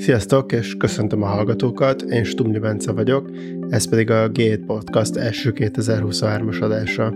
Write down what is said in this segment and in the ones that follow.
Sziasztok, és köszöntöm a hallgatókat, én Stumli Bence vagyok, ez pedig a G7 Podcast első 2023-as adása.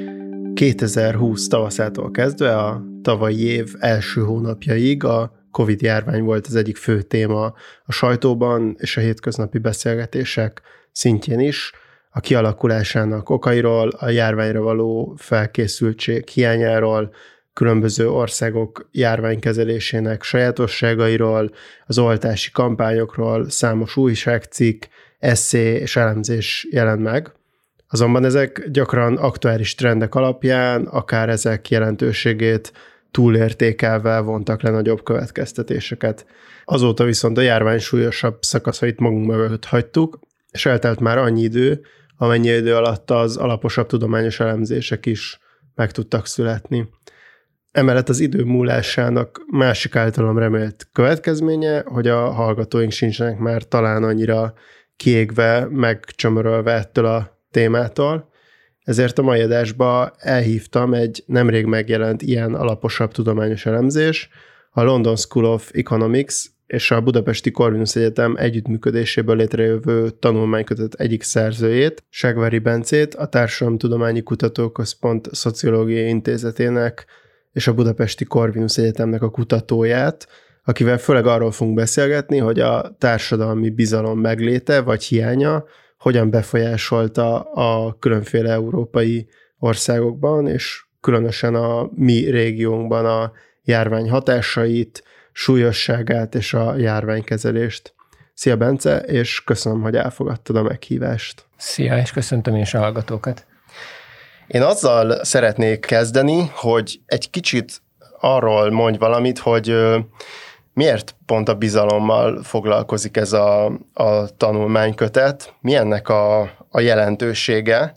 2020 tavaszától kezdve a tavalyi év első hónapjaig a Covid-járvány volt az egyik fő téma a sajtóban és a hétköznapi beszélgetések szintjén is, a kialakulásának okairól, a járványra való felkészültség hiányáról, különböző országok járványkezelésének sajátosságairól, az oltási kampányokról számos újságcikk, esszé és elemzés jelent meg. Azonban ezek gyakran aktuális trendek alapján, akár ezek jelentőségét túlértékelve vontak le nagyobb következtetéseket. Azóta viszont a járvány súlyosabb szakaszait magunk mögött hagytuk, és eltelt már annyi idő, amennyi idő alatt az alaposabb tudományos elemzések is meg tudtak születni. Emellett az idő múlásának másik általam remélt következménye, hogy a hallgatóink sincsenek már talán annyira kiégve, megcsömörölve ettől a témától. Ezért a mai adásba elhívtam egy nemrég megjelent ilyen alaposabb tudományos elemzés, a London School of Economics és a Budapesti Corvinus Egyetem együttműködéséből létrejövő tanulmánykötet egyik szerzőjét, Segvári Bencét, a Társadalomtudományi Kutatóközpont Szociológiai Intézetének és a Budapesti Corvinus Egyetemnek a kutatóját, akivel főleg arról fogunk beszélgetni, hogy a társadalmi bizalom megléte vagy hiánya hogyan befolyásolta a különféle európai országokban, és különösen a mi régiónkban a járvány hatásait, súlyosságát és a járványkezelést. Szia Bence, és köszönöm, hogy elfogadtad a meghívást. Szia, és köszöntöm én is a hallgatókat. Én azzal szeretnék kezdeni, hogy egy kicsit arról mondj valamit, hogy miért pont a bizalommal foglalkozik ez a tanulmánykötet, mi ennek a jelentősége,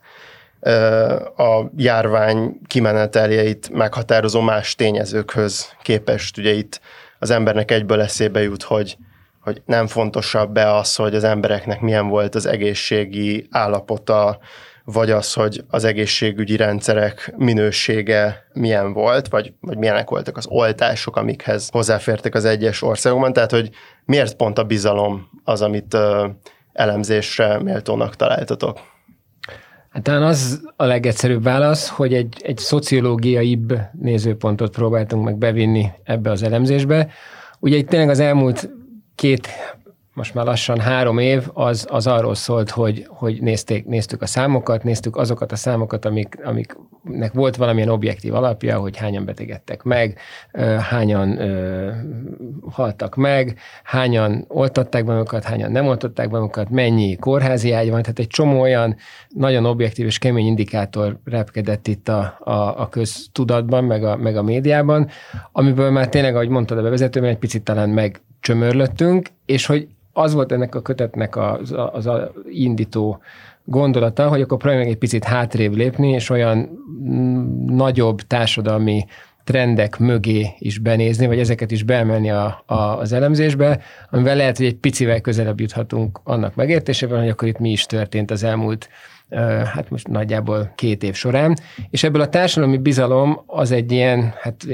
a járvány kimeneteljeit meghatározó más tényezőkhöz képest. Ugye itt az embernek egyből eszébe jut, hogy nem fontosabb-e az, hogy az embereknek milyen volt az egészségi állapota, vagy az, hogy az egészségügyi rendszerek minősége milyen volt, vagy milyenek voltak az oltások, amikhez hozzáfértek az egyes országokban. Tehát, hogy miért pont a bizalom az, amit elemzésre méltónak találtatok? Hát talán az a legegyszerűbb válasz, hogy egy szociológiaibb nézőpontot próbáltunk meg bevinni ebbe az elemzésbe. Ugye itt tényleg az elmúlt most már lassan 3 év, az arról szólt, hogy néztük a számokat, néztük azokat a számokat, amiknek volt valamilyen objektív alapja, hogy hányan betegedtek meg, hányan haltak meg, hányan oltatták be magukat, hányan nem oltatták be magukat, mennyi kórházi ágy van, tehát egy csomó olyan nagyon objektív és kemény indikátor repkedett itt a köztudatban, meg a médiában, amiből már tényleg, ahogy mondtad a bevezetőben, egy picit talán megcsömörlöttünk, és hogy az volt ennek a kötetnek az indító gondolata, hogy akkor próbálj meg egy picit hátrébb lépni, és olyan nagyobb társadalmi trendek mögé is benézni, vagy ezeket is beemelni az elemzésbe, amivel lehet, hogy egy picivel közelebb juthatunk annak megértésében, hogy akkor itt mi is történt az elmúlt, hát most nagyjából 2 év során. És ebből a társadalmi bizalom az egy ilyen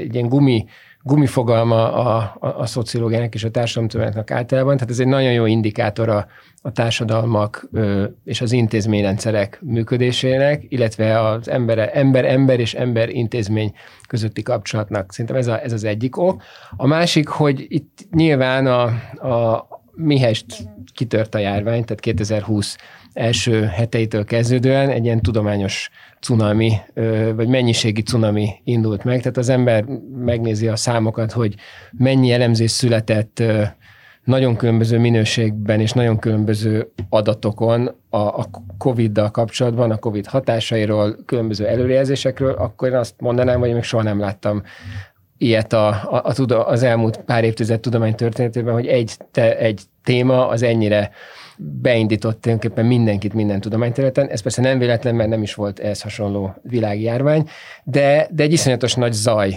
gumifogalma a szociológiának és a társadalomtudománynak általában, tehát ez egy nagyon jó indikátor a társadalmak és az intézményrendszerek működésének, illetve az ember és ember-intézmény közötti kapcsolatnak. Szerintem ez az egyik ok. A másik, hogy itt nyilván mihez kitört a járvány, tehát 2020 első heteitől kezdődően egy ilyen tudományos cunami, vagy mennyiségi cunami indult meg. Tehát az ember megnézi a számokat, hogy mennyi elemzés született nagyon különböző minőségben és nagyon különböző adatokon a Covid-dal kapcsolatban, a Covid hatásairól, különböző előrejelzésekről, akkor én azt mondanám, hogy még soha nem láttam ilyet az elmúlt pár évtized tudománytörténetében, hogy egy téma az ennyire beindított tulajdonképpen mindenkit minden tudományterületen. Ez persze nem véletlen, mert nem is volt ehhez hasonló világjárvány, de egy iszonyatos nagy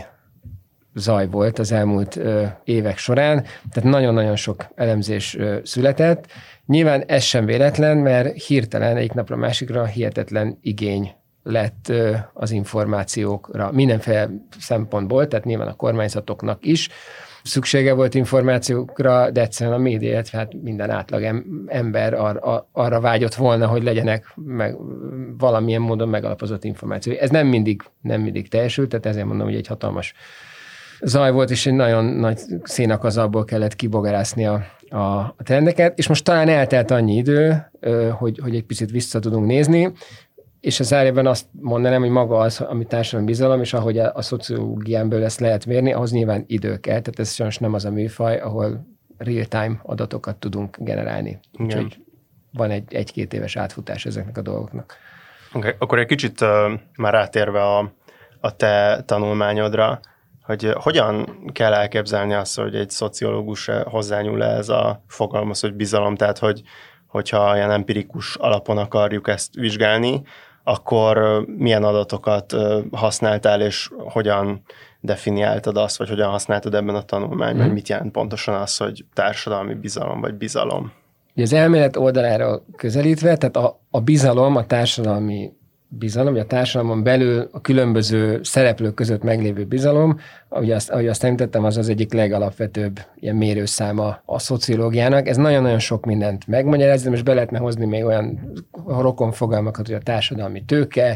zaj volt az elmúlt évek során, tehát nagyon-nagyon sok elemzés született. Nyilván ez sem véletlen, mert hirtelen egyik napra másikra hihetetlen igény lett az információkra mindenféle szempontból, tehát nyilván a kormányzatoknak is, szüksége volt információkra, de egyszerűen a média, hát minden átlag ember arra vágyott volna, hogy legyenek valamilyen módon megalapozott információ. Ez nem mindig teljesült, tehát ezért mondom, hogy egy hatalmas zaj volt, és egy nagyon nagy szénakazalból kellett kibogarászni a trendeket, és most talán eltelt annyi idő, hogy egy picit vissza tudunk nézni, és az árében azt mondanám, hogy maga az, ami társadalmi bizalom, és ahogy a szociológiánból ezt lehet mérni, ahhoz nyilván idő kell, tehát ez sajnos nem az a műfaj, ahol real-time adatokat tudunk generálni. Úgyhogy van egy 2 éves átfutás ezeknek a dolgoknak. Okay. Akkor egy kicsit már rátérve a te tanulmányodra, hogy hogyan kell elképzelni azt, hogy egy szociológus hozzányúl ez a fogalmaz, hogy bizalom, tehát hogyha ilyen empirikus alapon akarjuk ezt vizsgálni, akkor milyen adatokat használtál, és hogyan definiáltad azt, vagy hogyan használtad ebben a tanulmányban, hogy mit jelent pontosan az, hogy társadalmi bizalom, vagy bizalom? Az elmélet oldalára közelítve, tehát a bizalom, a társadalmi bizalom, vagy a társadalmon belül a különböző szereplők között meglévő bizalom, ahogy azt említettem, az egyik legalapvetőbb ilyen mérőszáma a szociológiának. Ez nagyon-nagyon sok mindent megmagyaráz, de most be lehetne hozni még olyan rokon fogalmakat, hogy a társadalmi tőke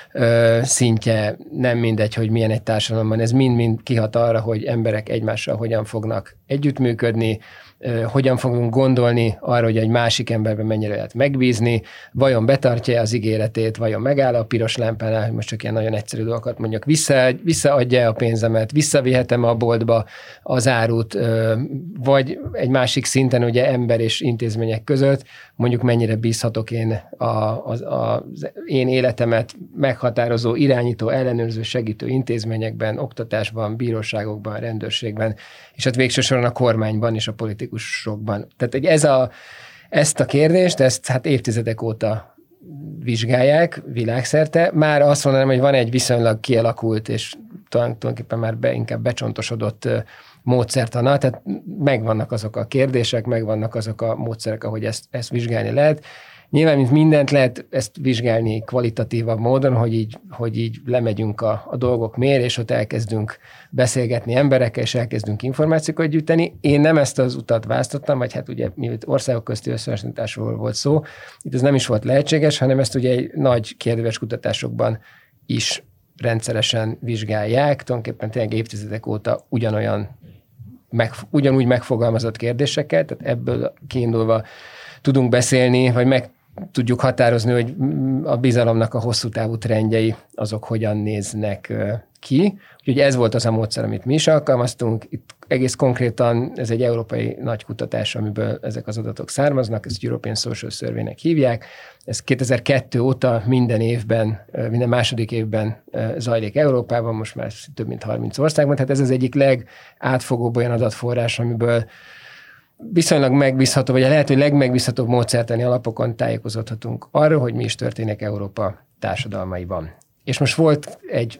szintje, nem mindegy, hogy milyen egy társadalomban, ez mind-mind kihat arra, hogy emberek egymással hogyan fognak együttműködni, hogyan fogunk gondolni arra, hogy egy másik emberben mennyire lehet megbízni, vajon betartja az ígéretét, vajon megáll a piros lámpánál, hogy most csak ilyen nagyon egyszerű dolgokat mondjak, visszaadja a pénzemet, visszavihetem a boltba az árut, vagy egy másik szinten ugye ember és intézmények között, mondjuk mennyire bízhatok én az én életemet meghatározó, irányító, ellenőrző, segítő intézményekben, oktatásban, bíróságokban, rendőrségben, és hát végső soron a kormányban és a politikusokban. Tehát ezt a kérdést, hát évtizedek óta vizsgálják világszerte. Már azt mondanám, hogy van egy viszonylag kialakult, és tulajdonképpen már inkább becsontosodott módszertana, tehát megvannak azok a kérdések, megvannak azok a módszerek, ahogy ezt vizsgálni lehet. Nyilván, mint mindent lehet ezt vizsgálni kvalitatívabb módon, hogy így lemegyünk a dolgok mélyére, és ott elkezdünk beszélgetni emberekkel, és elkezdünk információkat gyűjteni. Én nem ezt az utat választottam, vagy hát ugye mivel országok közti összehasonlításról volt szó, itt ez nem is volt lehetséges, hanem ezt ugye egy nagy kérdéves kutatásokban is rendszeresen vizsgálják, tulajdonképpen tényleg évtizedek óta ugyanúgy megfogalmazott kérdéseket, tehát ebből kiindulva tudunk beszélni, vagy meg tudjuk határozni, hogy a bizalomnak a hosszú távú trendjei azok hogyan néznek ki. Úgyhogy ez volt az a módszer, amit mi is alkalmaztunk. Itt egész konkrétan ez egy európai nagy kutatás, amiből ezek az adatok származnak, ezt European Social Survey-nek hívják. Ez 2002 óta minden második évben zajlik Európában, most már több mint 30 országban, tehát ez az egyik legátfogóbb olyan adatforrás, amiből viszonylag megbízható, vagy a lehető legmegbízhatóbb módszertani alapokon tájékozódhatunk arról, hogy mi is történik Európa társadalmaiban. És most volt egy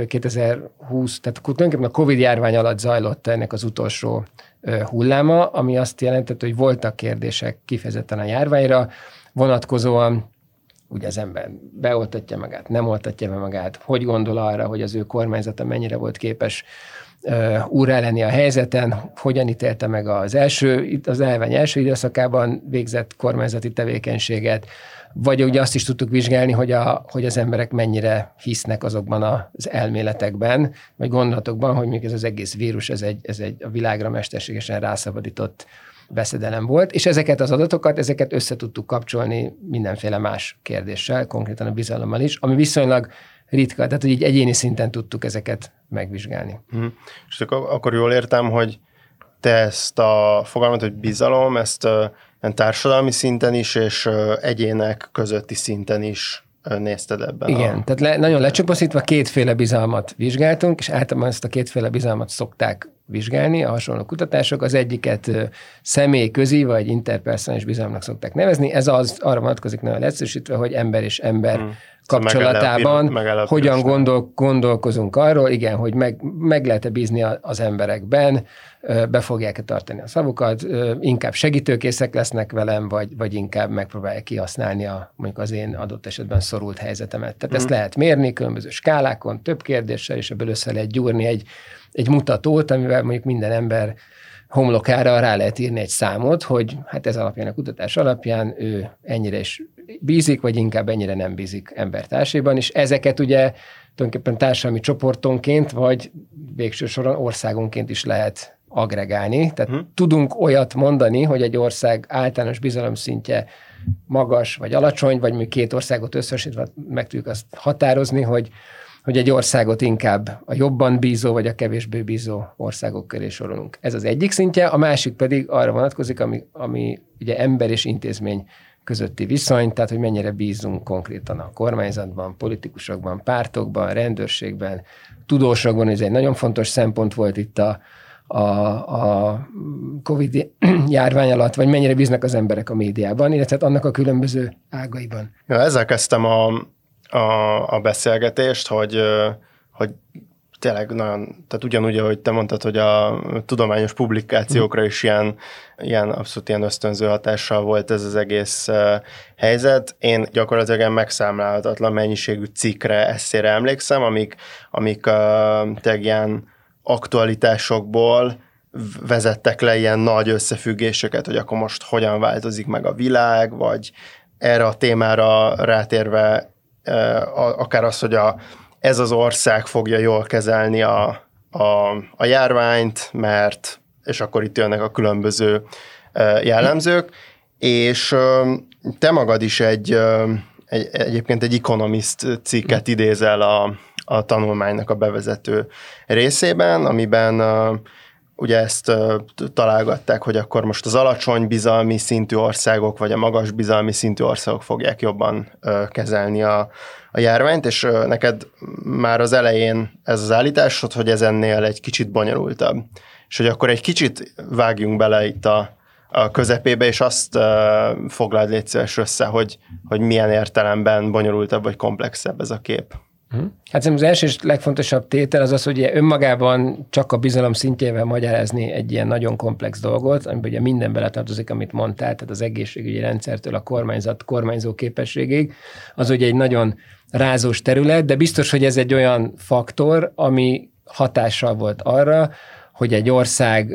2020, tehát tulajdonképpen a Covid-járvány alatt zajlott ennek az utolsó hulláma, ami azt jelentett, hogy voltak kérdések kifejezetten a járványra, vonatkozóan ugye az ember beoltatja magát, nem oltatja be magát, hogy gondol arra, hogy az ő kormányzata mennyire volt képes úrrá lenni a helyzeten, hogyan ítélte meg az járvány első időszakában végzett kormányzati tevékenységet, vagy ugye azt is tudtuk vizsgálni, hogy az emberek mennyire hisznek azokban az elméletekben, vagy gondolatokban, hogy még ez az egész vírus, ez egy a világra mesterségesen rászabadított veszedelem volt, és ezeket az adatokat, össze tudtuk kapcsolni mindenféle más kérdéssel, konkrétan a bizalommal is, ami viszonylag ritka, tehát hogy így egyéni szinten tudtuk ezeket megvizsgálni. És akkor jól értem, hogy te ezt a fogalmat, hogy bizalom, ezt társadalmi szinten is, és egyének közötti szinten is nézted ebben. Igen, tehát nagyon lecsupaszítva kétféle bizalmat vizsgáltunk, és általában ezt a kétféle bizalmat szokták vizsgálni a hasonló kutatások. Az egyiket személyközi vagy interpersonális bizalomnak szokták nevezni. Ez arra vonatkozik nagyon leegyszerűsítve, hogy ember és ember kapcsolatában hogyan gondolkozunk arról, igen, hogy meg lehet-e bízni az emberekben, be fogják-e tartani a szavukat, inkább segítőkészek lesznek velem, vagy inkább megpróbálják kihasználni mondjuk az én adott esetben szorult helyzetemet. Tehát ezt lehet mérni különböző skálákon, több kérdéssel, és ebből össze lehet gyúrni egy mutatót, amivel mondjuk minden ember homlokára rá lehet írni egy számot, hogy hát ez alapján, a kutatás alapján ő ennyire is bízik, vagy inkább ennyire nem bízik embertársaiban, és ezeket ugye tulajdonképpen társadalmi csoportonként, vagy végső soron országonként is lehet agregálni. Tehát tudunk olyat mondani, hogy egy ország általános bizalomszintje magas vagy alacsony, vagy mi két országot összehasonlítva meg tudjuk azt határozni, hogy egy országot inkább a jobban bízó, vagy a kevésbé bízó országok köré sorolunk. Ez az egyik szintje, a másik pedig arra vonatkozik, ami ugye ember és intézmény közötti viszony, tehát hogy mennyire bízunk konkrétan a kormányzatban, politikusokban, pártokban, rendőrségben, tudósokban, ez egy nagyon fontos szempont volt itt a Covid járvány alatt, vagy mennyire bíznak az emberek a médiában, illetve annak a különböző ágaiban. Ja, ezzel kezdtem a beszélgetést, hogy tényleg nagyon, tehát ugyanúgy, ahogy te mondtad, hogy a tudományos publikációkra is ilyen abszolút ilyen ösztönző hatással volt ez az egész helyzet. Én gyakorlatilag ilyen megszámlálhatatlan mennyiségű cikkre, esszére emlékszem, amik tényleg ilyen aktualitásokból vezettek le ilyen nagy összefüggéseket, hogy akkor most hogyan változik meg a világ, vagy erre a témára rátérve akár az, hogy ez az ország fogja jól kezelni a járványt, mert, és akkor itt jönnek a különböző jellemzők, és te magad is egyébként egy Economist cikket idézel a tanulmánynak a bevezető részében, amiben ugye ezt találgatták, hogy akkor most az alacsony bizalmi szintű országok, vagy a magas bizalmi szintű országok fogják jobban kezelni a járványt, és neked már az elején ez az állításod, hogy ez ennél egy kicsit bonyolultabb. És hogy akkor egy kicsit vágjunk bele itt a közepébe, és azt foglald légy szíves össze, hogy milyen értelemben bonyolultabb vagy komplexebb ez a kép. Hát az első és legfontosabb tétel az az, hogy önmagában csak a bizalom szintjével magyarázni egy ilyen nagyon komplex dolgot, amiben ugye minden beletartozik, amit mondtál, tehát az egészségügyi rendszertől a kormányzó képességig, az ugye egy nagyon rázós terület, de biztos, hogy ez egy olyan faktor, ami hatással volt arra, hogy egy ország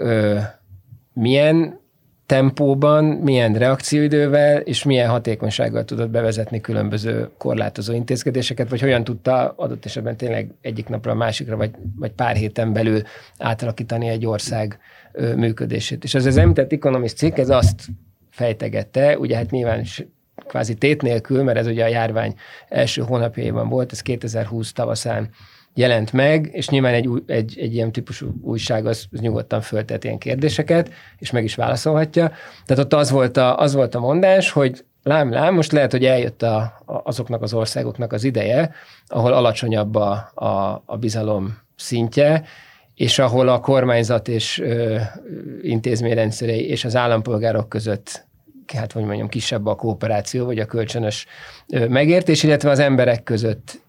milyen tempóban, milyen reakcióidővel és milyen hatékonysággal tudott bevezetni különböző korlátozó intézkedéseket, vagy hogyan tudta adott esetben tényleg egyik napra a másikra, vagy pár héten belül átalakítani egy ország működését. És az említett Economist cikk, ez azt fejtegette, ugye hát nyilván kvázi tét nélkül, mert ez ugye a járvány első hónapjaiban volt, ez 2020 tavaszán jelent meg, és nyilván egy ilyen típusú újság az nyugodtan föltett ilyen kérdéseket, és meg is válaszolhatja. Tehát ott az volt a mondás, hogy lám, most lehet, hogy eljött azoknak az országoknak az ideje, ahol alacsonyabb a bizalom szintje, és ahol a kormányzat és intézményrendszerei és az állampolgárok között hát, hogy mondjam, kisebb a kooperáció, vagy a kölcsönös megértés, illetve az emberek között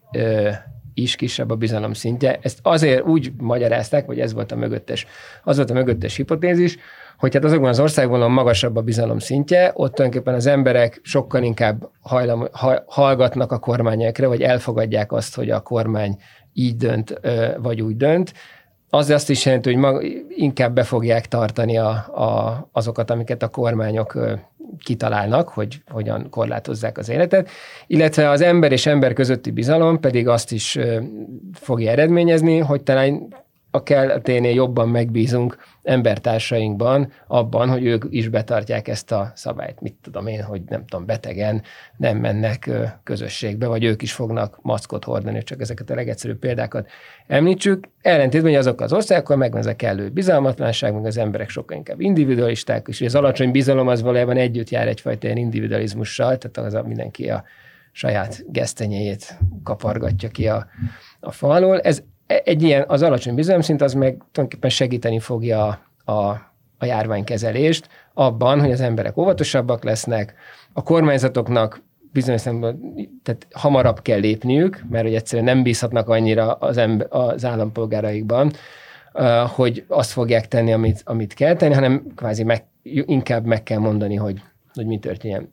is kisebb a bizalom szintje. Ezt azért úgy magyarázták, hogy az volt a mögöttes hipotézis, hogy hát azokban az országban, ahol magasabb a bizalom szintje, ott tulajdonképpen az emberek sokkal inkább hallgatnak a kormányokra, vagy elfogadják azt, hogy a kormány így dönt, vagy úgy dönt. Az azt is jelenti, hogy inkább be fogják tartani azokat, amiket a kormányok kitalálnak, hogy hogyan korlátozzák az életet, illetve az ember és ember közötti bizalom pedig azt is fogja eredményezni, hogy talán a kelleténél jobban megbízunk embertársainkban abban, hogy ők is betartják ezt a szabályt. Mit tudom én, hogy nem tudom, betegen nem mennek közösségbe, vagy ők is fognak maszkot hordani, csak ezeket a legegyszerűbb példákat említsük. Ellentétben, hogy azok az országokkal megvan ez a kellő bizalmatlanság, meg az emberek sokkal inkább individualisták, és az alacsony bizalom az valójában együtt jár egyfajta ilyen individualizmussal, tehát az mindenki a saját gesztenyéjét kapargatja ki a fa alól. Ez egy ilyen, az alacsony bizalomszint az meg tulajdonképpen segíteni fogja a járványkezelést abban, hogy az emberek óvatosabbak lesznek, a kormányzatoknak bizonyos szempontból, tehát hamarabb kell lépniük, mert hogy egyszerűen nem bízhatnak annyira az állampolgáraikban, hogy azt fogják tenni, amit kell tenni, hanem kvázi inkább meg kell mondani, hogy mi történjen.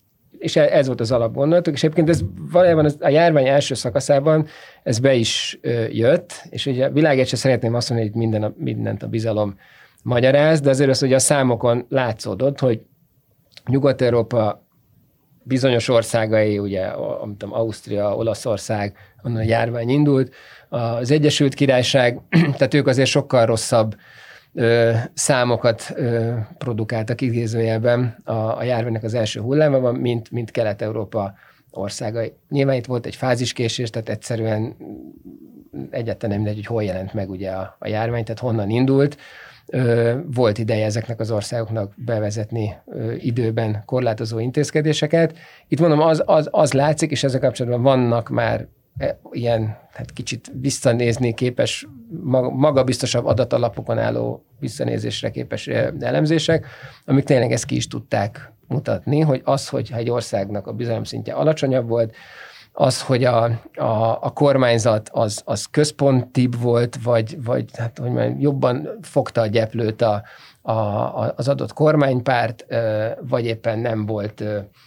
és ez volt az alapgondolatok, és egyébként ez valójában a járvány első szakaszában ez be is jött, és ugye világért sem szeretném azt mondani, hogy mindent a bizalom magyaráz, de azért az, hogy a számokon látszódott, hogy Nyugat-Európa bizonyos országai, ugye, Ausztria, Olaszország, onnan a járvány indult, az Egyesült Királyság, tehát ők azért sokkal rosszabb számokat produkáltak idézőjelben a járványnak az első hullámában, mint Kelet-Európa országai. Nyilván itt volt egy fáziskésés, tehát egyszerűen egyáltalán nem mindegy, hogy hol jelent meg ugye a járvány, tehát honnan indult. Volt ideje ezeknek az országoknak bevezetni időben korlátozó intézkedéseket. Itt mondom, az látszik, és ezzel kapcsolatban vannak már ilyen, hát kicsit visszanézni képes, magabiztosabb adatalapokon álló visszanézésre képes elemzések, amik tényleg ezt ki is tudták mutatni, hogy az, hogyha egy országnak a bizalomszintje alacsonyabb volt, az, hogy a kormányzat az központibb volt, vagy hát, hogy már jobban fogta a gyeplőt az adott kormánypárt, vagy éppen nem volt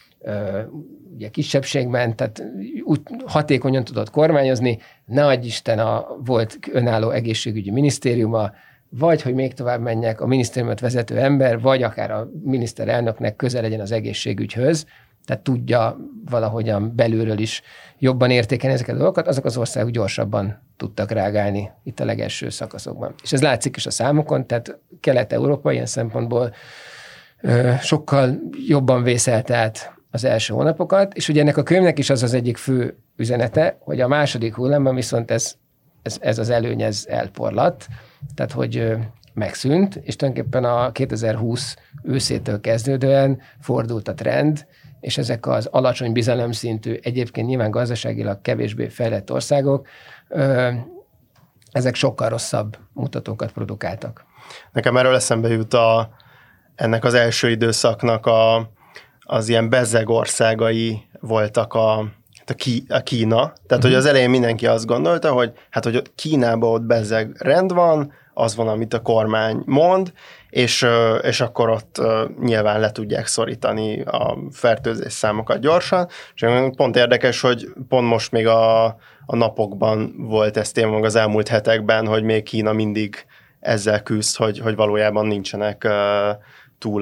ugye kisebbségben, tehát úgy hatékonyan tudott kormányozni, ne adj Isten, volt önálló egészségügyi minisztériuma, vagy, hogy még tovább menjek, a minisztériumot vezető ember, vagy akár a miniszterelnöknek közel legyen az egészségügyhöz, tehát tudja valahogyan belülről is jobban értékelni ezeket a dolgokat, azok az országok gyorsabban tudtak reagálni itt a legelső szakaszokban. És ez látszik is a számokon, tehát Kelet-Európa ilyen szempontból sokkal jobban vészelte át az első hónapokat, és ugye ennek a könyvnek is az egyik fő üzenete, hogy a második hullámban viszont ez az előny ez elporlatt, tehát hogy megszűnt, és tulajdonképpen a 2020 őszétől kezdődően fordult a trend, és ezek az alacsony bizalomszintű, egyébként nyilván gazdaságilag kevésbé fejlett országok, ezek sokkal rosszabb mutatókat produkáltak. Nekem erről eszembe jut ennek az első időszaknak az ilyen bezzeg országai voltak a Kína. Tehát, hogy az elején mindenki azt gondolta, hogy hát, hogy Kínában ott bezzeg rend van, az van, amit a kormány mond, és akkor ott nyilván le tudják szorítani a fertőzés számokat gyorsan. És pont érdekes, hogy pont most még a napokban volt ez téma az elmúlt hetekben, hogy még Kína mindig ezzel küzd, hogy valójában nincsenek túl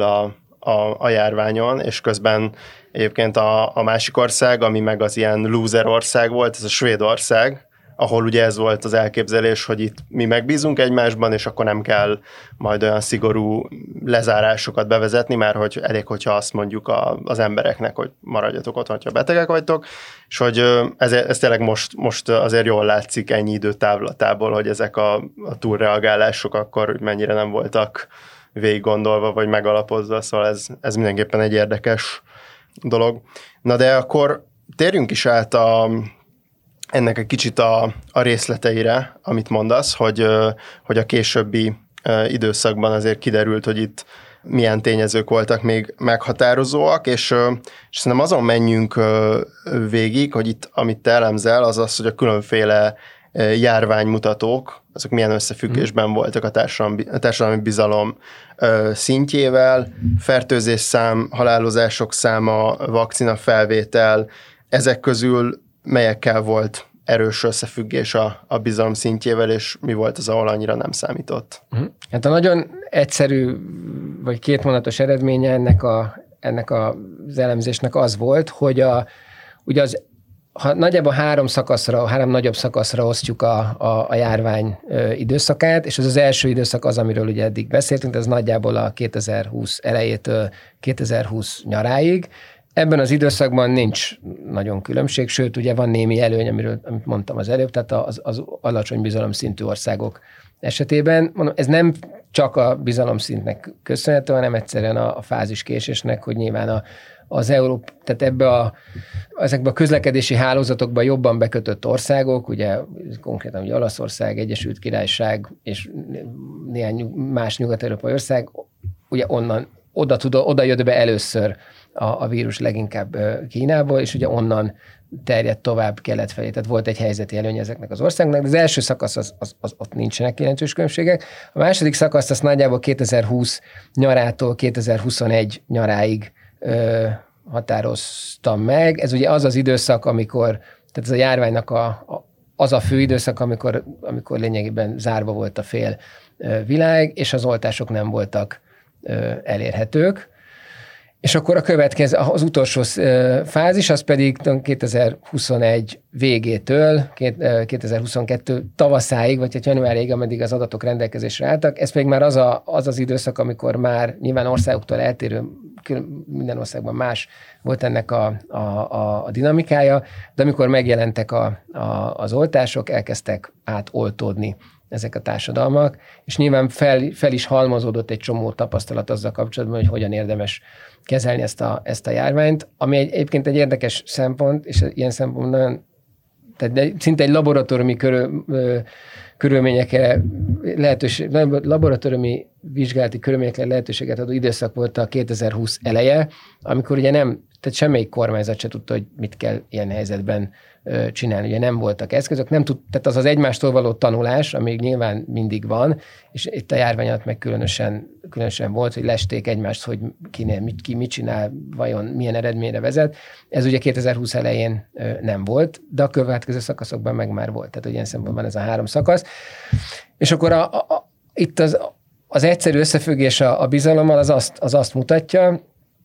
a járványon, és közben egyébként a másik ország, ami meg az ilyen loser ország volt, ez a Svédország, ahol ugye ez volt az elképzelés, hogy itt mi megbízunk egymásban, és akkor nem kell majd olyan szigorú lezárásokat bevezetni, mert hogy elég, hogyha azt mondjuk az embereknek, hogy maradjatok otthon, ha betegek vagytok, és hogy ez tényleg most azért jól látszik ennyi idő távlatából, hogy ezek a túlreagálások akkor mennyire nem voltak végig gondolva, vagy megalapozva, szóval ez mindenképpen egy érdekes dolog. Na de akkor térjünk is át ennek egy kicsit a részleteire, amit mondasz, hogy a későbbi időszakban azért kiderült, hogy itt milyen tényezők voltak még meghatározóak, és szerintem azon menjünk végig, hogy itt, amit te elemzel, az, hogy a különféle járványmutatók, azok milyen összefüggésben voltak a társadalmi bizalom szintjével, fertőzésszám, halálozások száma, vakcina felvétel, ezek közül melyekkel volt erős összefüggés a bizalom szintjével, és mi volt az, ahol annyira nem számított? Hát a nagyon egyszerű, vagy kétmonatos eredménye ennek az elemzésnek az volt, hogy ugye ha nagyjából három nagyobb szakaszra osztjuk a járvány időszakát, és az első időszak az, amiről ugye eddig beszéltünk, ez nagyjából a 2020 elejétől 2020 nyaráig. Ebben az időszakban nincs nagyon különbség, sőt, ugye van némi előny, amit mondtam az előbb, tehát az alacsony bizalomszintű országok esetében. Mondom, ez nem csak a bizalomszintnek köszönhető, hanem egyszerűen a fáziskésésnek, hogy nyilván tehát ezekbe a közlekedési hálózatokba jobban bekötött országok, ugye konkrétan ugye Olaszország, Egyesült Királyság és néhány más nyugat-európai ország, ugye oda jött be először a vírus leginkább Kínából, és ugye onnan terjedt tovább kelet felé. Tehát volt egy helyzeti előny ezeknek az országoknak, de az első szakasz az ott nincsenek jelentős különbségek. A második szakasz az nagyjából 2020 nyarától 2021 nyaráig határoztam meg. Ez ugye az az időszak, amikor, tehát ez a járványnak az a fő időszak, amikor lényegében zárva volt a fél világ, és az oltások nem voltak elérhetők. És akkor a következő, az utolsó fázis, az pedig 2021 végétől 2022 tavaszáig, vagy januárig, ameddig az adatok rendelkezésre álltak. Ez pedig már az időszak, amikor már nyilván országoktól eltérő, minden országban más volt ennek a dinamikája, de amikor megjelentek az oltások, elkezdtek átoltódni ezek a társadalmak, és nyilván fel is halmozódott egy csomó tapasztalat azzal kapcsolatban, hogy hogyan érdemes kezelni ezt a járványt, ami egyébként egy érdekes szempont, és ilyen szempont nagyon, tehát szinte egy laboratóriumi körülményekre laboratóriumi vizsgálati körülményekre lehetőséget adó időszak volt a 2020 eleje, amikor ugye tehát semmelyik kormányzat se tudta, hogy mit kell ilyen helyzetben csinálni. Ugye nem voltak eszközök, tehát az egymástól való tanulás, ami nyilván mindig van, és itt a járvány alatt meg különösen volt, hogy lesték egymást, hogy ki mit csinál, vajon milyen eredményre vezet. Ez ugye 2020 elején nem volt, de a következő szakaszokban meg már volt. Tehát ilyen szempontban ez a 3 szakasz. És akkor itt az egyszerű összefüggés a bizalommal az azt mutatja,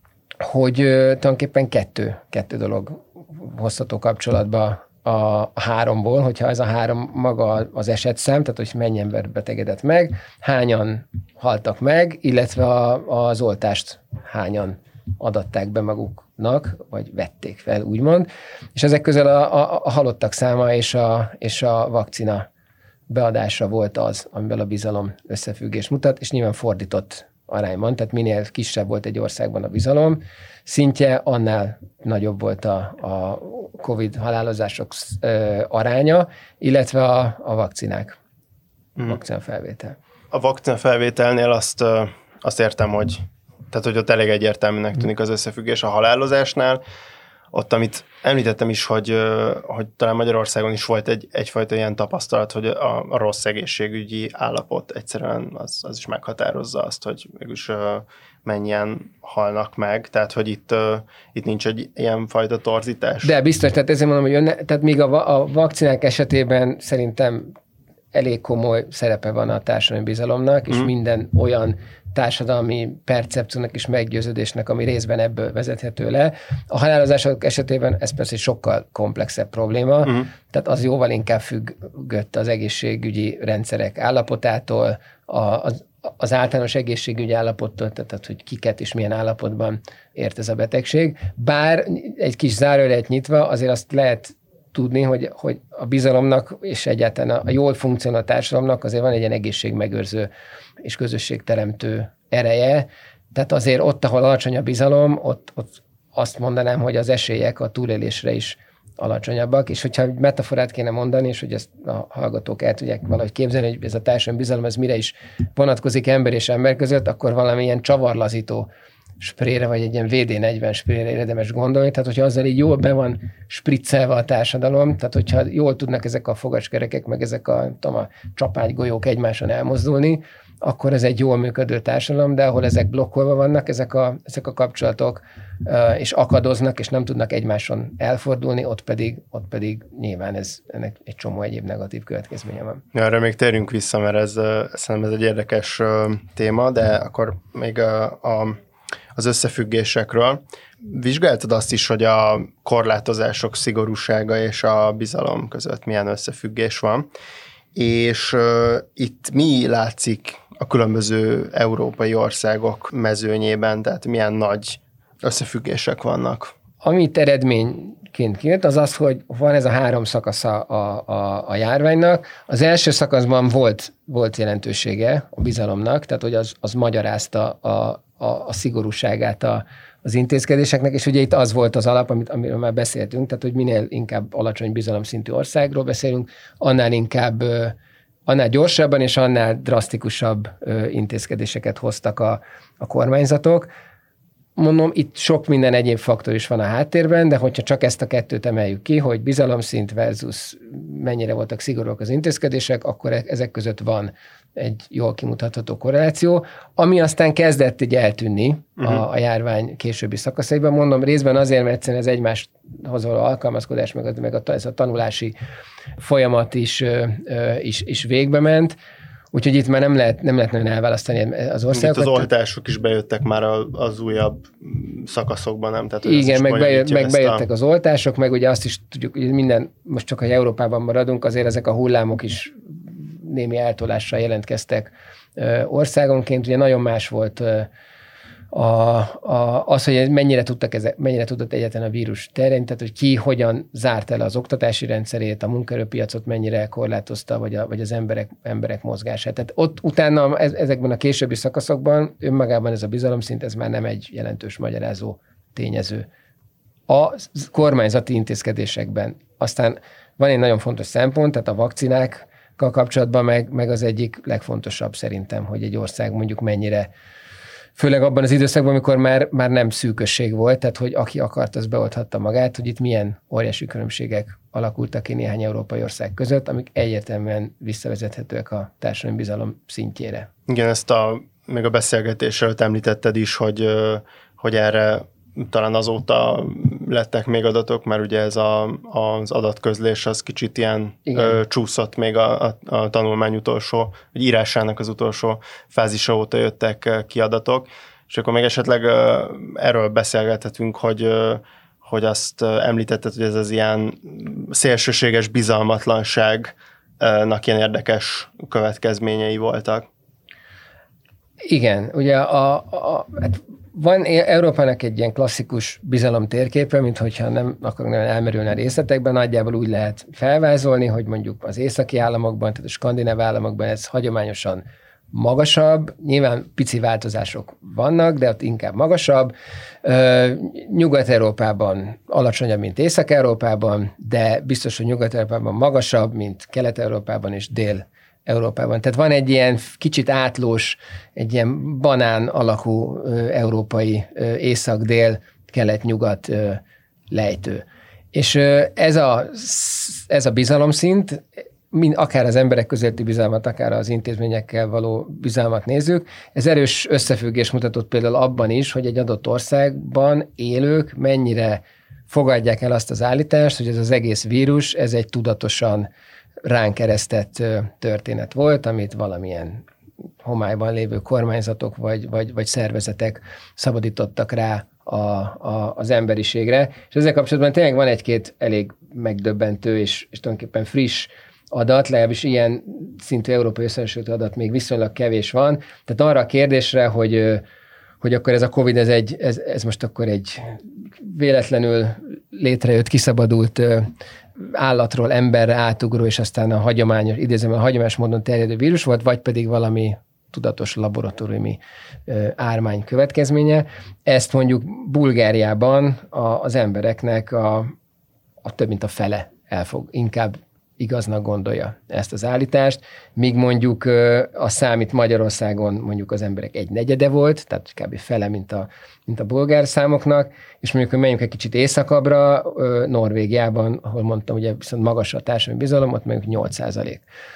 hogy tulajdonképpen kettő dolog hozható kapcsolatba a 3-ból, hogyha ez a 3 maga az esetszám, tehát hogy mennyi ember betegedett meg, hányan haltak meg, illetve az oltást hányan adatták be maguknak, vagy vették fel, úgymond. És ezek közül a halottak száma és a vakcina beadása volt az, amiből a bizalom összefüggés mutat, és nyilván fordított arányban, tehát minél kisebb volt egy országban a bizalom szintje, annál nagyobb volt a COVID halálozások aránya, illetve a vakcinák, vakcinafelvétel. A vakcinafelvételnél azt értem, hogy ott elég egyértelműnek tűnik az összefüggés a halálozásnál. Ott, amit említettem is, hogy talán Magyarországon is volt egyfajta ilyen tapasztalat, hogy a rossz egészségügyi állapot egyszerűen az is meghatározza azt, hogy mégis mennyien halnak meg, tehát hogy itt nincs egy ilyen fajta torzítás. De biztos, tehát ezért mondom, hogy tehát még a vakcinák esetében szerintem elég komoly szerepe van a társadalmi bizalomnak, és minden olyan társadalmi percepciónak és meggyőződésnek, ami részben ebből vezethető le. A halálozások esetében ez persze egy sokkal komplexebb probléma, tehát az jóval inkább függött az egészségügyi rendszerek állapotától, az általános egészségügyi állapottól, tehát hogy kiket és milyen állapotban ért ez a betegség. Bár egy kis zárójelet nyitva, azért azt lehet tudni, hogy a bizalomnak és egyáltalán a jól funkcionáló társadalomnak azért van egy ilyen egészségmegőrző és közösségteremtő ereje. Tehát azért ott, ahol alacsony a bizalom, ott azt mondanám, hogy az esélyek a túlélésre is alacsonyabbak, és hogyha metaforát kéne mondani, és hogy ezt a hallgatók el tudják valahogy képzelni, hogy ez a társadalmi bizalom, ez mire is vonatkozik ember és ember között, akkor valamilyen csavarlazító sprére, vagy egy ilyen VD40 sprére érdemes gondolni, tehát hogyha azzal így jól be van spriccelve a társadalom, tehát hogyha jól tudnak ezek a fogaskerekek, meg ezek a csapágygolyók egymáson elmozdulni, akkor ez egy jól működő társadalom, de ahol ezek blokkolva vannak, ezek a kapcsolatok, és akadoznak, és nem tudnak egymáson elfordulni, ott pedig nyilván ennek egy csomó egyéb negatív következménye van. Ja, erre még térjünk vissza, mert szerintem ez egy érdekes téma, de akkor még az összefüggésekről. Vizsgáltad azt is, hogy a korlátozások szigorúsága és a bizalom között milyen összefüggés van, és itt mi látszik a különböző európai országok mezőnyében, tehát milyen nagy összefüggések vannak? Amit eredményként kijött, az, hogy van ez a 3 szakasza a járványnak. Az első szakaszban volt jelentősége a bizalomnak, tehát hogy az magyarázta a szigorúságát az intézkedéseknek, és ugye itt az volt az alap, amiről már beszéltünk, tehát hogy minél inkább alacsony bizalomszintű országról beszélünk, annál gyorsabban és annál drasztikusabb intézkedéseket hoztak a kormányzatok. mondom, itt sok minden egyéb faktor is van a háttérben, de hogyha csak ezt a kettőt emeljük ki, hogy bizalomszint versus mennyire voltak szigorúak az intézkedések, akkor ezek között van egy jól kimutatható korreláció, ami aztán kezdett így eltűnni a járvány későbbi szakaszaiban. Mondom, részben azért, mert egyszerűen ez egymáshoz való alkalmazkodás, meg ez a tanulási folyamat is végbe ment. Úgyhogy itt már nem lehet nagyon elválasztani az országokat. Itt az oltások is bejöttek már az újabb szakaszokban, nem? Tehát, igen, meg bejöttek az oltások, meg ugye azt is tudjuk, hogy minden, most csak, hogy Európában maradunk, azért ezek a hullámok is némi eltolással jelentkeztek országonként. Ugye nagyon más volt az, hogy mennyire tudott egyáltalán a vírus terjedni, tehát hogy ki hogyan zárt el az oktatási rendszerét, a munkaerőpiacot mennyire korlátozta, vagy az emberek mozgását. Tehát ott utána ezekben a későbbi szakaszokban önmagában ez a bizalomszint, ez már nem egy jelentős magyarázó tényező. A kormányzati intézkedésekben aztán van egy nagyon fontos szempont, tehát a vakcinákkal kapcsolatban meg az egyik legfontosabb szerintem, hogy egy ország mondjuk mennyire, főleg abban az időszakban, amikor már nem szűkösség volt, tehát hogy aki akart, az beolthatta magát, hogy itt milyen óriási különbségek alakultak ki néhány európai ország között, amik egyértelműen visszavezethetőek a társadalmi bizalom szintjére. Igen, ezt még a beszélgetés előtt említetted is, hogy erre talán azóta lettek még adatok, mert ugye ez az adatközlés az kicsit ilyen csúszott még a tanulmány utolsó, vagy írásának az utolsó fázisa óta jöttek ki adatok, és akkor még esetleg erről beszélgethetünk, hogy azt említetted, hogy ez az ilyen szélsőséges bizalmatlanságnak ilyen érdekes következményei voltak. Igen, ugye van Európának egy ilyen klasszikus bizalom térképe, mint hogyha nem akarunk elmerülni a részletekben, nagyjából úgy lehet felvázolni, hogy mondjuk az északi államokban, tehát a skandináv államokban ez hagyományosan magasabb, nyilván pici változások vannak, de ott inkább magasabb. Nyugat-Európában alacsonyabb, mint Észak-Európában, de biztos, hogy Nyugat-Európában magasabb, mint Kelet-Európában és Dél-Európában. Tehát van egy ilyen kicsit átlós, egy ilyen banán alakú európai észak-dél-kelet-nyugat lejtő. És ez a bizalomszint, akár az emberek közötti bizalmat, akár az intézményekkel való bizalmat nézzük, ez erős összefüggés mutatott például abban is, hogy egy adott országban élők mennyire fogadják el azt az állítást, hogy ez az egész vírus, ez egy tudatosan ránk eresztett történet volt, amit valamilyen homályban lévő kormányzatok vagy szervezetek szabadítottak rá az emberiségre. És ezzel kapcsolatban tényleg van egy-két elég megdöbbentő és tulajdonképpen friss adat, legalábbis ilyen szintű európai összehasonlító adat még viszonylag kevés van. Tehát arra a kérdésre, hogy akkor ez a Covid, ez most akkor egy véletlenül létrejött, kiszabadult állatról emberre átugró, és aztán a hagyományos módon terjedő vírus volt, vagy pedig valami tudatos laboratóriumi ármány következménye. Ezt mondjuk Bulgáriában az embereknek a több mint a fele inkább igaznak gondolja ezt az állítást, míg mondjuk a számít Magyarországon mondjuk az emberek 1/4 volt, tehát kb. Fele, mint a bolgár számoknak, és mondjuk, hogy menjünk egy kicsit északabbra, Norvégiában, ahol mondtam, ugye viszont magas a társadalmi bizalom, ott mondjuk 8%.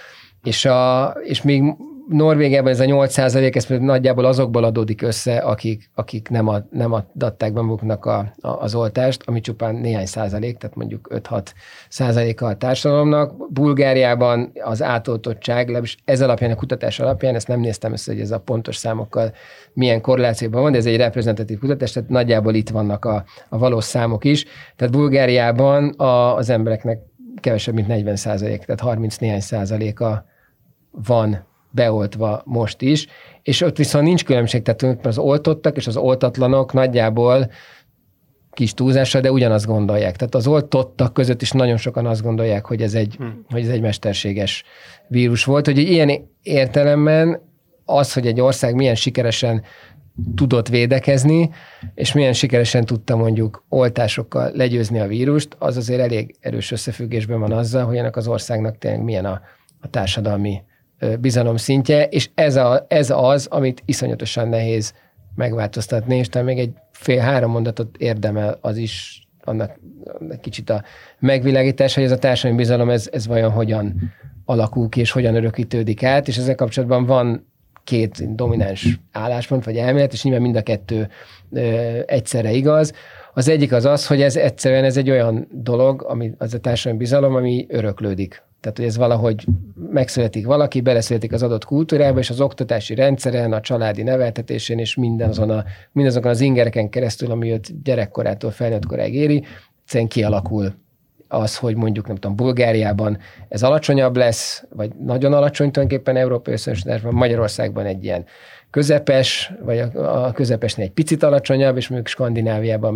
És még Norvégiában ez a 8%, ez nagyjából azokból adódik össze, akik nem adatták be maguknak az oltást, ami csupán néhány százalék, tehát mondjuk 5-6% a társadalomnak. Bulgáriában az átoltottság, legalábbis ez alapján, a kutatás alapján, ezt nem néztem össze, hogy ez a pontos számokkal milyen korrelációban van, de ez egy reprezentatív kutatás, tehát nagyjából itt vannak a valós számok is. Tehát Bulgáriában az embereknek kevesebb, mint 40%, tehát 30 néhány százaléka van beoltva most is, és ott viszont nincs különbség, tehát az oltottak és az oltatlanok nagyjából kis túlzással, de ugyanazt gondolják. Tehát az oltottak között is nagyon sokan azt gondolják, hogy ez egy mesterséges vírus volt. Hogy ilyen értelemben az, hogy egy ország milyen sikeresen tudott védekezni, és milyen sikeresen tudta mondjuk oltásokkal legyőzni a vírust, az azért elég erős összefüggésben van azzal, hogy ennek az országnak tényleg milyen a társadalmi bizalom szintje, és ez az, amit iszonyatosan nehéz megváltoztatni, és talán még egy 3 mondatot érdemel az is, annak kicsit a megvilágítás, hogy ez a társadalmi bizalom, ez vajon hogyan alakul ki, és hogyan örökítődik át, és ezzel kapcsolatban van 2 domináns álláspont, vagy elmélet, és nyilván mind a 2 egyszerre igaz. Az egyik az, hogy ez egyszerűen egy olyan dolog, az a társadalmi bizalom, ami öröklődik. Tehát, hogy ez valahogy megszületik valaki, beleszületik az adott kultúrába, és az oktatási rendszeren, a családi neveltetésén, és mindazokon az ingereken keresztül, ami őt gyerekkorától felnőtt koráig éri, egyszerűen kialakul az, hogy mondjuk, nem tudom, Bulgáriában ez alacsonyabb lesz, vagy nagyon alacsony tulajdonképpen európai összehasonlításban, Magyarországban egy ilyen közepes, vagy a közepesnél egy picit alacsonyabb, és mondjuk Skandináviában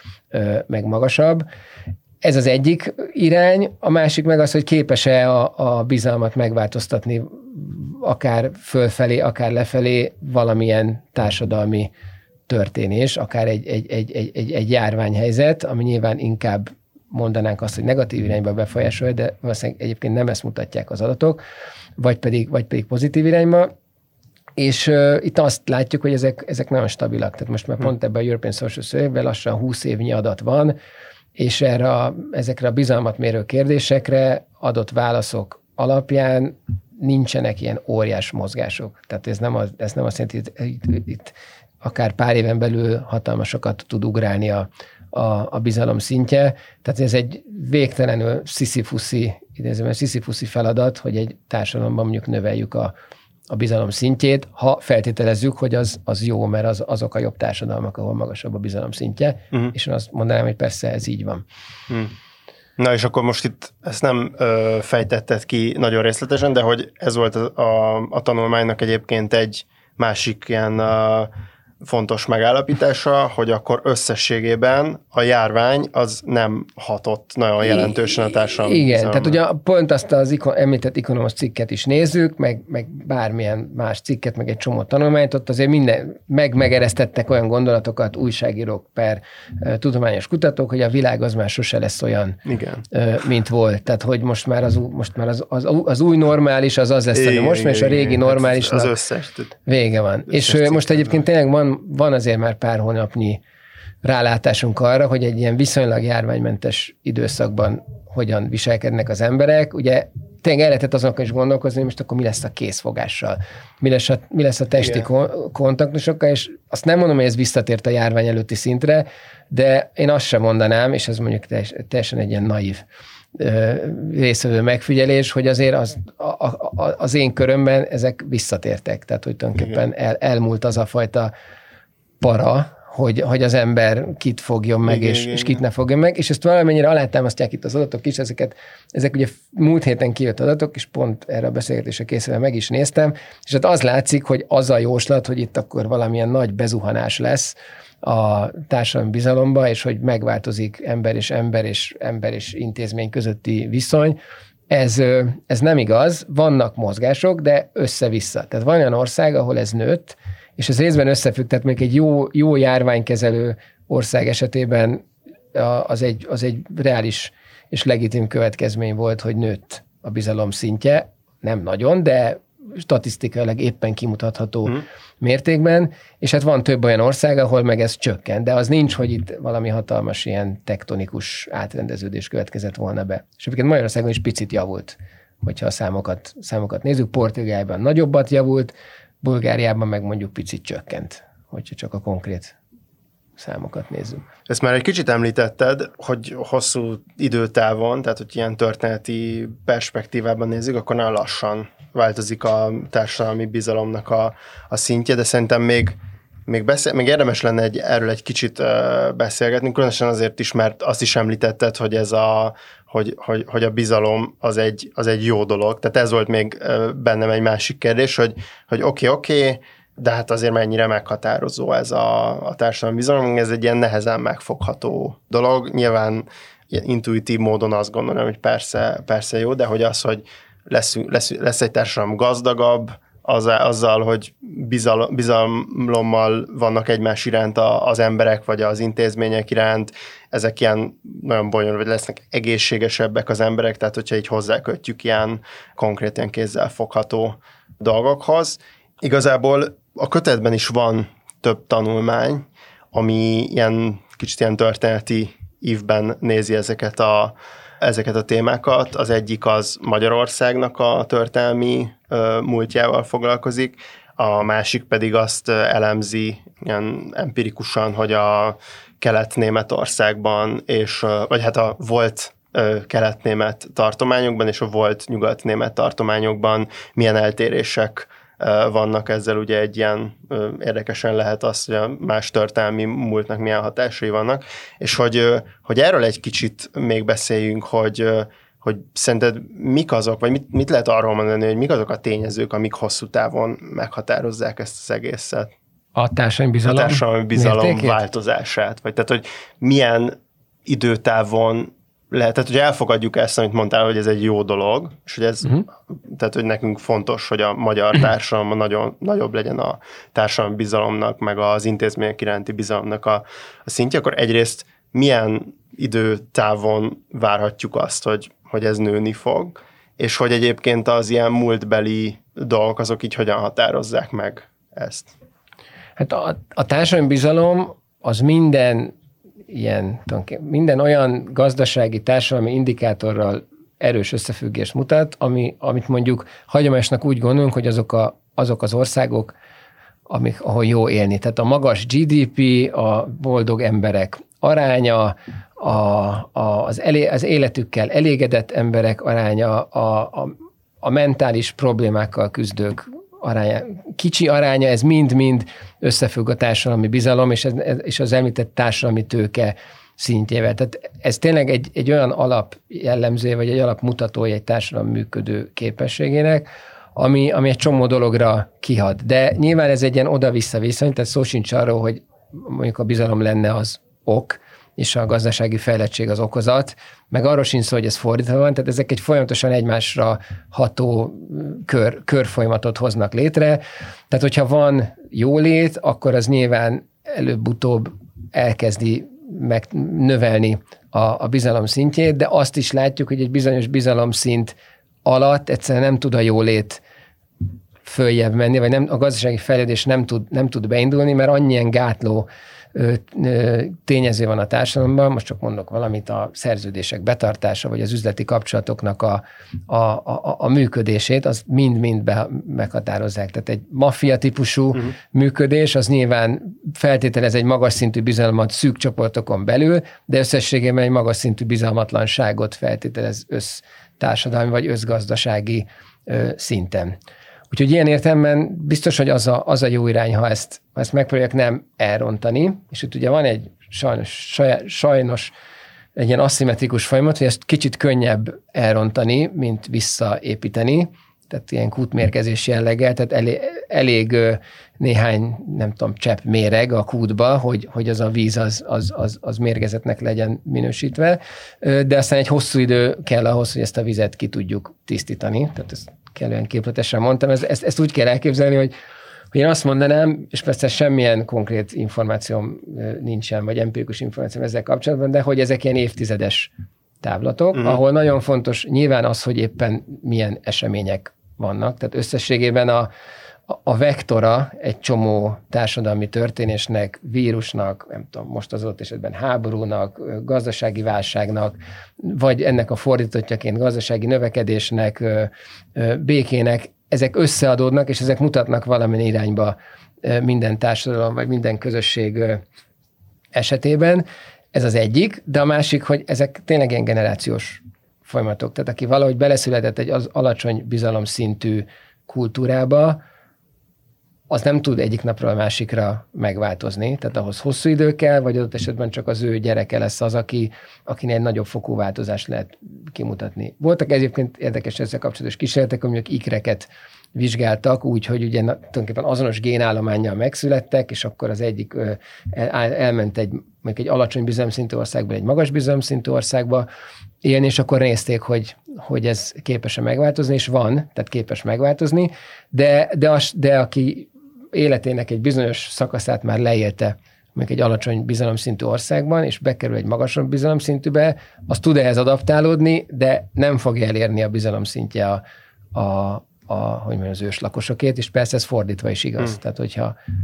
meg magasabb. Ez az egyik irány, a másik meg az, hogy képes-e a bizalmat megváltoztatni akár fölfelé, akár lefelé valamilyen társadalmi történés, akár egy járványhelyzet, ami nyilván inkább mondanánk azt, hogy negatív irányba befolyásolja, de valószínűleg egyébként nem ezt mutatják az adatok, vagy pedig pozitív irányba. És itt azt látjuk, hogy ezek nagyon stabilak. Tehát most már pont ebben a European Social Survey-ben lassan 20 évnyi adat van, és ezekre a bizalmat mérő kérdésekre adott válaszok alapján nincsenek ilyen óriás mozgások. Tehát ez nem azt jelenti, hogy itt akár pár éven belül hatalmasokat tud ugrálni a bizalom szintje. Tehát ez egy végtelenül sziszifuszi feladat, hogy egy társadalomban mondjuk növeljük a bizalom szintjét, ha feltételezzük, hogy az jó, mert azok a jobb társadalmak, ahol magasabb a bizalom szintje, és én azt mondanám, hogy persze ez így van. Na és akkor most itt ezt nem fejtetted ki nagyon részletesen, de hogy ez volt a tanulmánynak egyébként egy másik ilyen fontos megállapítása, hogy akkor összességében a járvány az nem hatott nagyon jelentősen a társadalom. Igen, tehát ugye pont azt az említett Economos cikket is nézzük, meg bármilyen más cikket, meg egy csomó tanulmányt, ott azért megeresztettek olyan gondolatokat újságírók per tudományos kutatók, hogy a világ az már sose lesz olyan, igen, mint volt. Tehát, hogy most már az új normális az lesz, ami most, és a régi normálisnak az összes. Vége van. És most egyébként tényleg van azért már pár hónapnyi rálátásunk arra, hogy egy ilyen viszonylag járványmentes időszakban hogyan viselkednek az emberek. Ugye tényleg el lehetett azonok is gondolkozni, hogy most akkor mi lesz a készfogással, mi lesz a testi kontaktusokkal, és azt nem mondom, hogy ez visszatért a járvány előtti szintre, de én azt sem mondanám, és ez mondjuk teljesen egy ilyen naív részvevő megfigyelés, hogy azért az én körömben ezek visszatértek. Tehát, hogy tulajdonképpen elmúlt az a fajta para, hogy az ember kit fogjon meg, és kit ne fogjon meg, és ezt valamennyire alátámasztják itt az adatok is, ezek ugye múlt héten kijött adatok, és pont erre a beszélgetésre készülve meg is néztem, és hát az látszik, hogy az a jóslat, hogy itt akkor valamilyen nagy bezuhanás lesz a társadalmi bizalomba, és hogy megváltozik ember és intézmény közötti viszony. Ez nem igaz, vannak mozgások, de össze-vissza. Tehát van olyan ország, ahol ez nőtt, és ez részben összefügg, tehát még egy jó járványkezelő ország esetében az egy reális és legitim következmény volt, hogy nőtt a bizalom szintje, nem nagyon, de statisztikailag éppen kimutatható mértékben, és hát van több olyan ország, ahol meg ez csökken, de az nincs, hogy itt valami hatalmas ilyen tektonikus átrendeződés következett volna be. És egyébként Magyarországon is picit javult, hogyha a számokat nézzük, Portugáliában nagyobbat javult, Bulgáriában meg mondjuk picit csökkent, hogyha csak a konkrét számokat nézzük. Ezt már egy kicsit említetted, hogy hosszú időtávon, tehát hogy ilyen történeti perspektívában nézzük, akkor nagyon lassan változik a társadalmi bizalomnak a szintje, de szerintem még érdemes lenne erről egy kicsit beszélgetni, különösen azért is, mert azt is említetted, hogy hogy a bizalom az egy jó dolog. Tehát ez volt még bennem egy másik kérdés, hogy oké, de hát azért mennyire meghatározó ez a társadalmi bizalom, ez egy ilyen nehezen megfogható dolog. Nyilván ilyen intuitív módon azt gondolom, hogy persze jó, de hogy az, hogy lesz egy társadalom gazdagabb, azzal, hogy bizalommal vannak egymás iránt az emberek, vagy az intézmények iránt, ezek ilyen nagyon bonyolult, vagy lesznek egészségesebbek az emberek, tehát hogyha így hozzákötjük ilyen konkrét, ilyen kézzel fogható dolgokhoz. Igazából a kötetben is van több tanulmány, ami kicsit ilyen történeti ívben nézi ezeket a témákat. Az egyik az Magyarországnak a történelmi múltjával foglalkozik, a másik pedig azt elemzi ilyen empirikusan, hogy a Kelet-Németországban, vagy hát a volt kelet-német tartományokban és a volt nyugat-német tartományokban milyen eltérések vannak. Ezzel ugye egy ilyen érdekesen lehet az, hogy a más történelmi múltnak milyen hatásai vannak, és hogy erről egy kicsit még beszéljünk, hogy szerinted mik azok, vagy mit lehet arról mondani, hogy mik azok a tényezők, amik hosszú távon meghatározzák ezt az egészet? A társadalmi bizalom változását, vagy tehát, hogy milyen időtávon lehet, tehát, hogy elfogadjuk ezt, amit mondtál, hogy ez egy jó dolog, és hogy ez, tehát, hogy nekünk fontos, hogy a magyar társadalomban nagyon nagyobb legyen a társadalmi bizalomnak, meg az intézmények iránti bizalomnak a szintje, akkor egyrészt milyen időtávon várhatjuk azt, hogy ez nőni fog, és hogy egyébként az ilyen múltbeli dolgok, azok így hogyan határozzák meg ezt? Hát a társadalmi bizalom az minden olyan gazdasági, társadalmi indikátorral erős összefüggést mutat, amit mondjuk hagyományosnak úgy gondolunk, hogy azok az országok, ahol jó élni. Tehát a magas GDP, a boldog emberek aránya, az életükkel elégedett emberek aránya, a mentális problémákkal küzdők aránya, kicsi aránya, ez mind-mind összefügg a társadalmi bizalom és az említett társadalmi tőke szintjével. Tehát ez tényleg egy olyan alap jellemző, vagy egy alapmutatója egy társadalom működő képességének, ami egy csomó dologra kihat. De nyilván ez egy ilyen oda-vissza viszony, tehát szó sincs arról, hogy mondjuk a bizalom lenne az ok, és a gazdasági fejlettség az okozat, meg arról sincs szó, hogy ez fordítva van, tehát ezek egy folyamatosan egymásra ható körfolyamatot hoznak létre. Tehát, hogyha van jólét, akkor az nyilván előbb-utóbb elkezdi növelni a bizalom szintjét, de azt is látjuk, hogy egy bizonyos bizalomszint alatt egyszerűen nem tud a jólét följebb menni, vagy a gazdasági fejlődés nem tud beindulni, mert annyien gátló tényező van a társadalomban, most csak mondok valamit, a szerződések betartása, vagy az üzleti kapcsolatoknak a működését, az mind-mind meghatározzák. Tehát egy maffia típusú működés, az nyilván feltételez egy magas szintű bizalmat szűk csoportokon belül, de összességében egy magas szintű bizalmatlanságot feltételez össztársadalmi vagy összgazdasági szinten. Úgyhogy ilyen értelemben biztos, hogy az a jó irány, ha ezt megpróbálják nem elrontani, és itt ugye van egy sajnos egy ilyen aszimmetrikus folyamat, hogy ezt kicsit könnyebb elrontani, mint visszaépíteni, tehát ilyen kútmérgezés jelleggel, tehát elég néhány, nem tudom, csepp méreg a kútba, hogy az a víz az mérgezetnek legyen minősítve, de aztán egy hosszú idő kell ahhoz, hogy ezt a vizet ki tudjuk tisztítani, tehát ezt kellően képletesen mondtam, ezt úgy kell elképzelni, hogy én azt mondanám, és persze semmilyen konkrét információm nincsen, vagy empirikus információm ezzel kapcsolatban, de hogy ezek ilyen évtizedes távlatok, ahol nagyon fontos nyilván az, hogy éppen milyen események vannak. Tehát összességében a vektora egy csomó társadalmi történésnek, vírusnak, nem tudom, most az ott esetben háborúnak, gazdasági válságnak, vagy ennek a fordítottjaként gazdasági növekedésnek, békének, ezek összeadódnak, és ezek mutatnak valamilyen irányba minden társadalom, vagy minden közösség esetében. Ez az egyik, de a másik, hogy ezek tényleg ilyen generációs folyamatok. Tehát aki valahogy beleszületett egy az alacsony bizalomszintű kultúrába, az nem tud egyik napról a másikra megváltozni. Tehát ahhoz hosszú idő kell, vagy adott esetben csak az ő gyereke lesz az, akinek egy nagyobb fokú változást lehet kimutatni. Voltak egyébként érdekes ezzel kapcsolatos kísérletek, amik ikreket vizsgáltak, úgyhogy ugye tulajdonképpen azonos génállománnyal megszülettek, és akkor az egyik elment egy alacsony bizalomszintű országból egy magas bizalomszintű országba élni, és akkor nézték, hogy ez képes-e megváltozni, és van, tehát képes megváltozni, de aki életének egy bizonyos szakaszát már leélte mondjuk egy alacsony bizalomszintű országban, és bekerül egy magasabb bizalomszintűbe, az tud ehhez adaptálódni, de nem fogja elérni a bizalomszintje az őslakosokét, és persze ez fordítva is igaz. Tehát, hogyha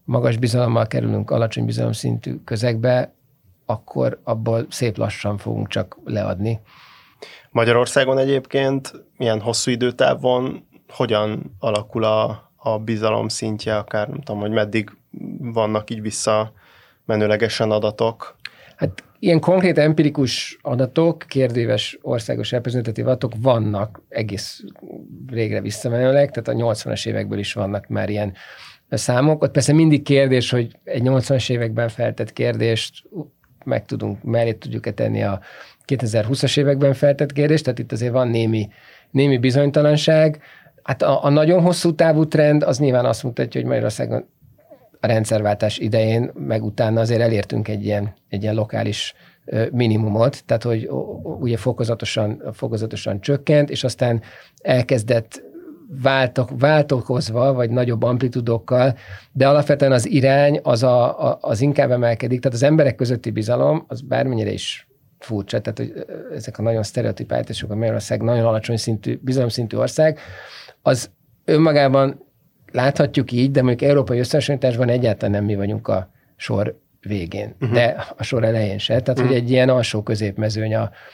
magas bizalommal kerülünk alacsony bizalomszintű közegbe, akkor abból szép lassan fogunk csak leadni. Magyarországon egyébként milyen hosszú időtávon hogyan alakul a bizalom szintje, akár nem tudom, hogy meddig vannak így visszamenőlegesen adatok? Hát ilyen konkrét empirikus adatok, kérdéves országos reprezentatív adatok vannak egész régre visszamenőleg, tehát a 80-as évekből is vannak már ilyen számok. Ott persze mindig kérdés, hogy egy 80-as években feltett kérdést mellé tudjuk-e tenni a 2020-as években feltett kérdést, tehát itt azért van némi bizonytalanság. Hát a nagyon hosszú távú trend az nyilván azt mutatja, hogy Magyarországon a rendszerváltás idején, meg utána azért elértünk egy ilyen lokális minimumot, tehát hogy ugye fokozatosan csökkent, és aztán elkezdett váltokozva, vagy nagyobb amplitudokkal, de alapvetően az irány az inkább emelkedik, tehát az emberek közötti bizalom, az bármennyire is furcsa, tehát hogy ezek a nagyon sztereotíp állítások, a Magyarország nagyon alacsony bizalomszintű ország, az önmagában láthatjuk így, de mondjuk európai összehasonlításban egyáltalán nem mi vagyunk a sor végén, de a sor elején se. Tehát, hogy egy ilyen alsó középmezőny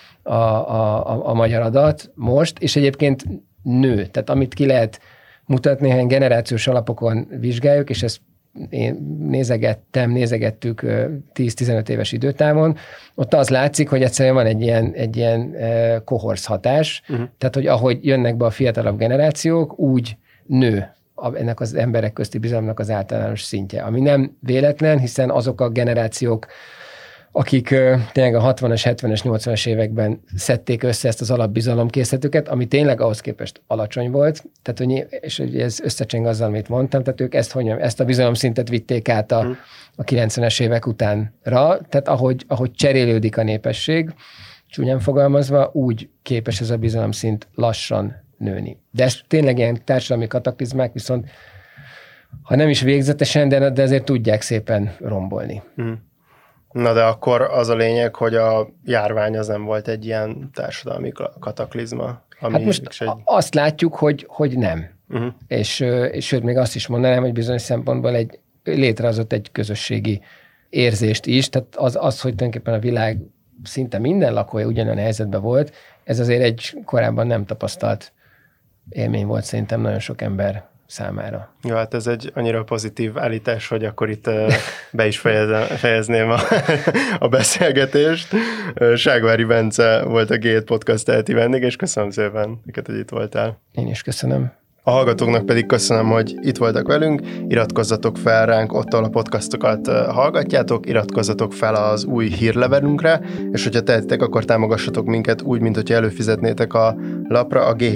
a magyar adat most, és egyébként nő. Tehát amit ki lehet mutatni, ha generációs alapokon vizsgáljuk, és ezt én nézegettük 10-15 éves időtávon, ott az látszik, hogy egyszerűen van egy ilyen kohorsz hatás, tehát, hogy ahogy jönnek be a fiatalabb generációk, úgy nő ennek az emberek közti bizalomnak az általános szintje, ami nem véletlen, hiszen azok a generációk, akik tényleg a 60-as, 70-es, 80-as években szedték össze ezt az alapbizalomkészletüket, ami tényleg ahhoz képest alacsony volt, tehát, és ez összecseng azzal, amit mondtam, tehát ők ezt a bizalomszintet vitték át a 90-es évek utánra, tehát ahogy cserélődik a népesség, csúnyán fogalmazva, úgy képes ez a bizalomszint lassan nőni. De ez tényleg ilyen társadalmi kataklizmák, viszont ha nem is végzetesen, de azért tudják szépen rombolni. Na de akkor az a lényeg, hogy a járvány az nem volt egy ilyen társadalmi kataklizma. Hát most azt látjuk, hogy nem. És sőt, még azt is mondanám, hogy bizonyos szempontból létrehozott egy közösségi érzést is, tehát az, hogy tulajdonképpen a világ szinte minden lakója ugyanolyan helyzetben volt, ez azért egy korábban nem tapasztalt élmény volt szerintem nagyon sok ember számára. Jó, hát ez egy annyira pozitív állítás, hogy akkor itt be is fejezném a beszélgetést. Ságvári Bence volt a G7 Podcast teheti vendég, és köszönöm szépen neked, hogy itt voltál. Én is köszönöm. A hallgatóknak pedig köszönöm, hogy itt voltak velünk, iratkozzatok fel ránk ott, ahol a podcastokat hallgatjátok, iratkozzatok fel az új hírlevelünkre, és hogyha tehetitek, akkor támogassatok minket úgy, mint hogyha előfizetnétek a lapra a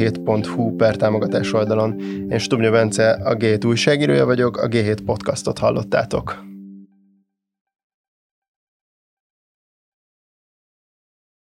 g7.hu/támogatás oldalon. Én Stubnya Bence, a G7 újságírója vagyok, a G7 Podcastot hallottátok.